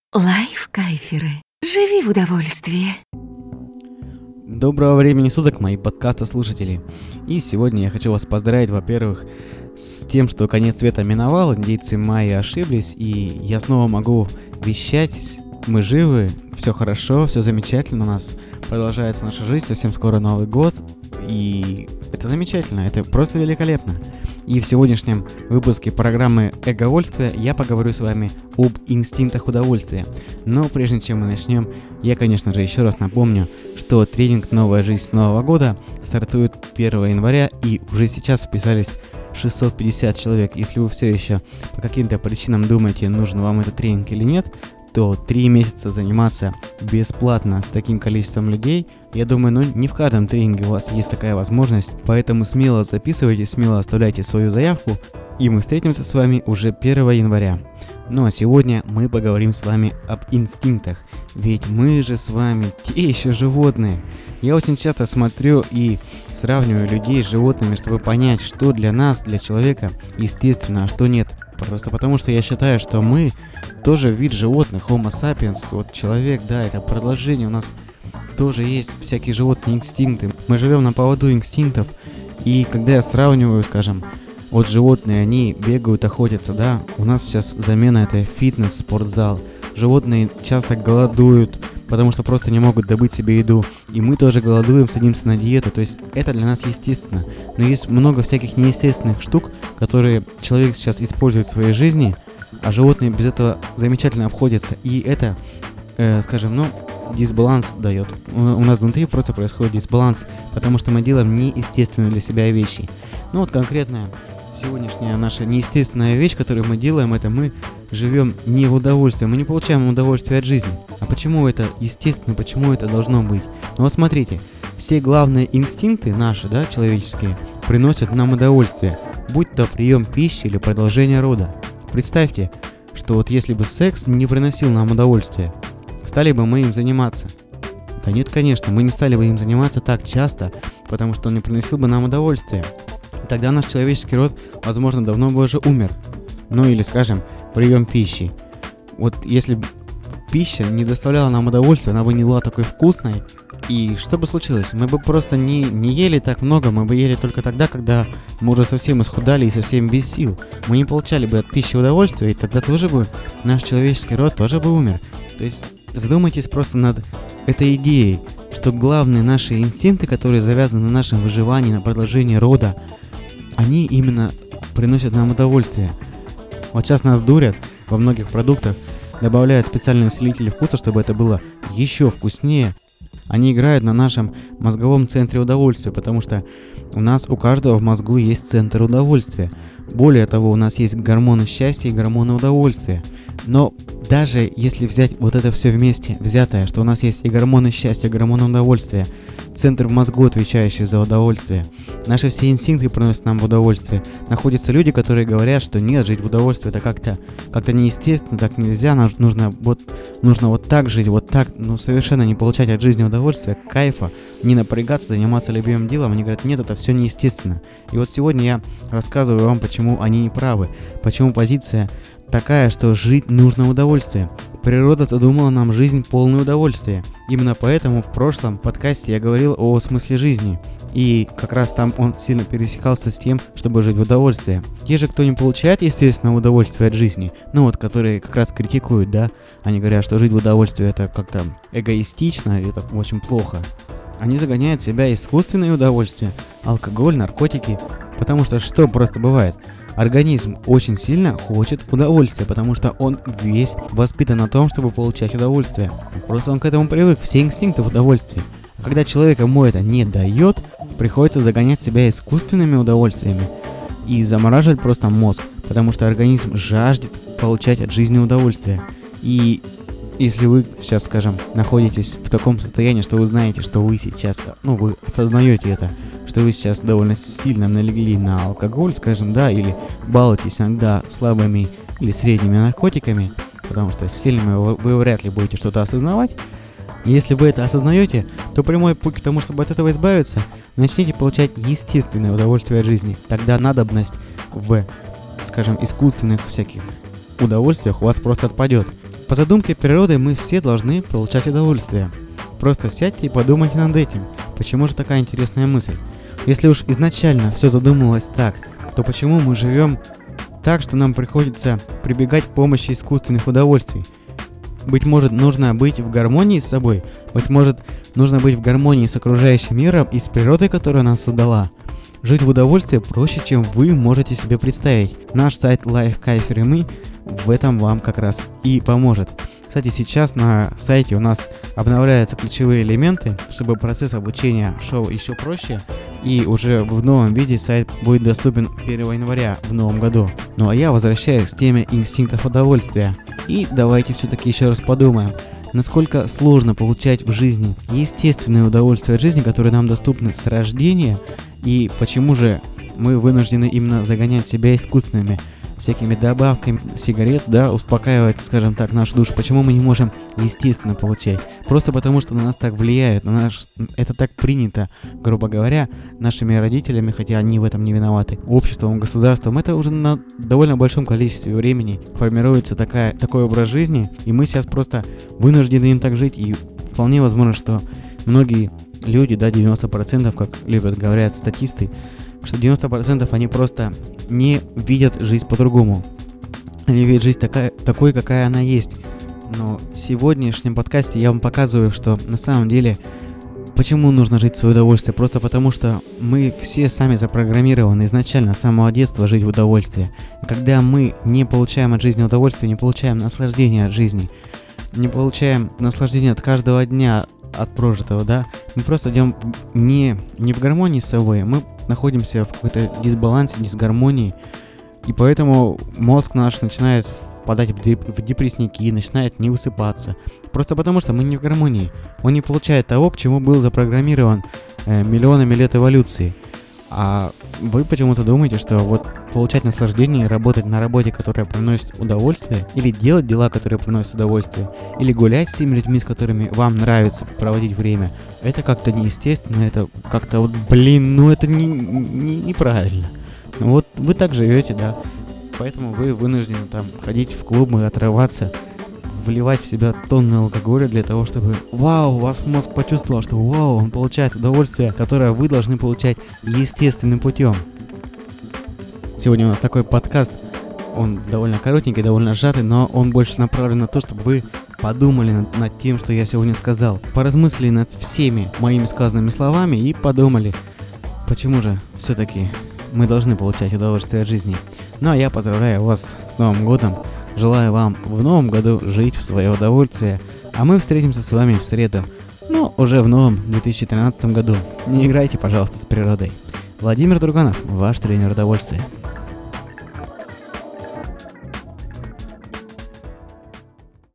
Лайфкайферы. Живи в удовольствии. Доброго времени суток, мои подкаста-слушатели. И сегодня я хочу вас поздравить, во-первых, с тем, что конец света миновал, индейцы майя ошиблись, и я снова могу вещать. Мы живы, все хорошо, все замечательно, у нас продолжается наша жизнь, совсем скоро Новый год, и это замечательно, это просто великолепно. И в сегодняшнем выпуске программы «Эговольствие» я поговорю с вами об инстинктах удовольствия. Но прежде чем мы начнем, я, конечно же, еще раз напомню, что тренинг «Новая жизнь с Нового года» стартует 1 января, и уже сейчас вписались 650 человек. Если вы все еще по каким-то причинам думаете, нужен вам этот тренинг или нет, то 3 месяца заниматься бесплатно с таким количеством людей, я думаю, не в каждом тренинге у вас есть такая возможность, поэтому смело записывайтесь, смело оставляйте свою заявку, и мы встретимся с вами уже 1 января. Ну а сегодня мы поговорим с вами об инстинктах, ведь мы же с вами те еще животные. Я очень часто смотрю и сравниваю людей с животными, чтобы понять, что для нас, для человека, естественно, а что нет. Просто потому, что я считаю, что мы тоже вид животных, Homo sapiens, вот человек, да, это продолжение, у нас тоже есть всякие животные инстинкты. Мы живем на поводу инстинктов, и когда я сравниваю, скажем, вот животные, они бегают, охотятся, да, у нас сейчас замена это фитнес, спортзал. Животные часто голодуют, потому что просто не могут добыть себе еду. И мы тоже голодуем, садимся на диету. То есть это для нас естественно. Но есть много всяких неестественных штук, которые человек сейчас использует в своей жизни, а животные без этого замечательно обходятся. И это, дисбаланс дает. У нас внутри просто происходит дисбаланс, потому что мы делаем неестественные для себя вещи. Ну вот конкретная сегодняшняя наша неестественная вещь, которую мы делаем, это мы живем не в удовольствии, мы не получаем удовольствие от жизни. А почему это естественно, почему это должно быть? Ну вот смотрите, все главные инстинкты наши, да, человеческие, приносят нам удовольствие, будь то прием пищи или продолжение рода. Представьте, что вот если бы секс не приносил нам удовольствия, стали бы мы им заниматься? Да нет, конечно, мы не стали бы им заниматься так часто, потому что он не приносил бы нам удовольствия. Тогда наш человеческий род, возможно, давно бы уже умер. Ну или, скажем, прием пищи. Вот если бы пища не доставляла нам удовольствия, она бы не была такой вкусной, и что бы случилось? Мы бы просто не ели так много, мы бы ели только тогда, когда мы уже совсем исхудали и совсем без сил. Мы не получали бы от пищи удовольствия, и тогда тоже бы наш человеческий род тоже бы умер. То есть задумайтесь просто над этой идеей, что главные наши инстинкты, которые завязаны на нашем выживании, на продолжении рода, они именно приносят нам удовольствие. Вот сейчас нас дурят во многих продуктах, добавляют специальные усилители вкуса, чтобы это было еще вкуснее. Они играют на нашем мозговом центре удовольствия, потому что у каждого в мозгу есть центр удовольствия. Более того, у нас есть гормоны счастья и гормоны удовольствия. Но даже если взять вот это все вместе, взятое, что у нас есть и гормоны счастья, и гормоны удовольствия, центр в мозгу, отвечающий за удовольствие, наши все инстинкты приносят нам удовольствие. Находятся люди, которые говорят, что нет, жить в удовольствии это как-то неестественно, так нельзя, нужно вот так жить, вот так, совершенно не получать от жизни удовольствия, кайфа, не напрягаться, заниматься любимым делом. Они говорят, нет, это все неестественно. И вот сегодня я рассказываю вам, почему они не правы, почему позиция такая, что жить нужно удовольствие. Природа задумала нам жизнь полное удовольствие. Именно поэтому в прошлом подкасте я говорил о смысле жизни. И как раз там он сильно пересекался с тем, чтобы жить в удовольствие. Те же, кто не получает, естественно, удовольствие от жизни, которые как раз критикуют, да, они говорят, что жить в удовольствии это как-то эгоистично, это очень плохо. Они загоняют в себя искусственные удовольствия, алкоголь, наркотики, потому что просто бывает? Организм очень сильно хочет удовольствия, потому что он весь воспитан на том, чтобы получать удовольствие. Просто он к этому привык, все инстинкты в удовольствии. А когда человек ему это не дает, приходится загонять себя искусственными удовольствиями и замораживать просто мозг, потому что организм жаждет получать от жизни удовольствие. И если вы сейчас, скажем, находитесь в таком состоянии, что вы знаете, что вы сейчас, вы осознаете это, что вы сейчас довольно сильно налегли на алкоголь, скажем, да, или балуетесь иногда слабыми или средними наркотиками, потому что с сильными вы вряд ли будете что-то осознавать. И если вы это осознаете, то прямой путь к тому, чтобы от этого избавиться, начните получать естественное удовольствие от жизни. Тогда надобность в, скажем, искусственных всяких удовольствиях у вас просто отпадет. По задумке природы мы все должны получать удовольствие. Просто сядьте и подумайте над этим. Почему же такая интересная мысль? Если уж изначально все задумывалось так, то почему мы живем так, что нам приходится прибегать к помощи искусственных удовольствий? Быть может, нужно быть в гармонии с собой? Быть может, нужно быть в гармонии с окружающим миром и с природой, которая нас создала? Жить в удовольствии проще, чем вы можете себе представить. Наш сайт Lifecafer и мы в этом вам как раз и поможет. Кстати, сейчас на сайте у нас обновляются ключевые элементы, чтобы процесс обучения шел еще проще, и уже в новом виде сайт будет доступен 1 января в новом году. Ну а я возвращаюсь к теме инстинктов удовольствия. И давайте все-таки еще раз подумаем, насколько сложно получать в жизни естественные удовольствия от жизни, которые нам доступны с рождения, и почему же мы вынуждены именно загонять себя искусственными всякими добавками сигарет, да, успокаивать, скажем так, нашу душу. Почему мы не можем естественно получать? Просто потому, что на нас так влияют, это так принято, грубо говоря, нашими родителями, хотя они в этом не виноваты, обществом, государством. Это уже на довольно большом количестве времени формируется такой образ жизни, и мы сейчас просто вынуждены им так жить, и вполне возможно, что многие люди, да, 90%, как любят говорят статисты, что 90% они просто не видят жизнь по-другому. Они видят жизнь такой, какая она есть. Но в сегодняшнем подкасте я вам показываю, что на самом деле почему нужно жить в свое удовольствие. Просто потому, что мы все сами запрограммированы изначально с самого детства жить в удовольствии. И когда мы не получаем от жизни удовольствия, не получаем наслаждения от жизни, не получаем наслаждения от каждого дня, от прожитого, да, мы просто идем не в гармонии с собой, мы находимся в какой-то дисбалансе, дисгармонии, и поэтому мозг наш начинает впадать в депрессники, начинает не высыпаться, просто потому что мы не в гармонии, он не получает того, к чему был запрограммирован миллионами лет эволюции. А вы почему-то думаете, что вот получать наслаждение, работать на работе, которая приносит удовольствие, или делать дела, которые приносят удовольствие, или гулять с теми людьми, с которыми вам нравится проводить время, это как-то неестественно, это как-то вот, это неправильно. Вот вы так живете, да, поэтому вы вынуждены там ходить в клубы, отрываться, вливать в себя тонны алкоголя для того, чтобы у вас мозг почувствовал, что он получает удовольствие, которое вы должны получать естественным путем. Сегодня у нас такой подкаст, он довольно коротенький, довольно сжатый, но он больше направлен на то, чтобы вы подумали над тем, что я сегодня сказал, поразмыслили над всеми моими сказанными словами и подумали, почему же все-таки мы должны получать удовольствие от жизни. Ну а я поздравляю вас с Новым годом. Желаю вам в новом году жить в свое удовольствие, а мы встретимся с вами в среду, уже в новом 2013 году. Не играйте, пожалуйста, с природой. Владимир Друганов, ваш тренер удовольствия.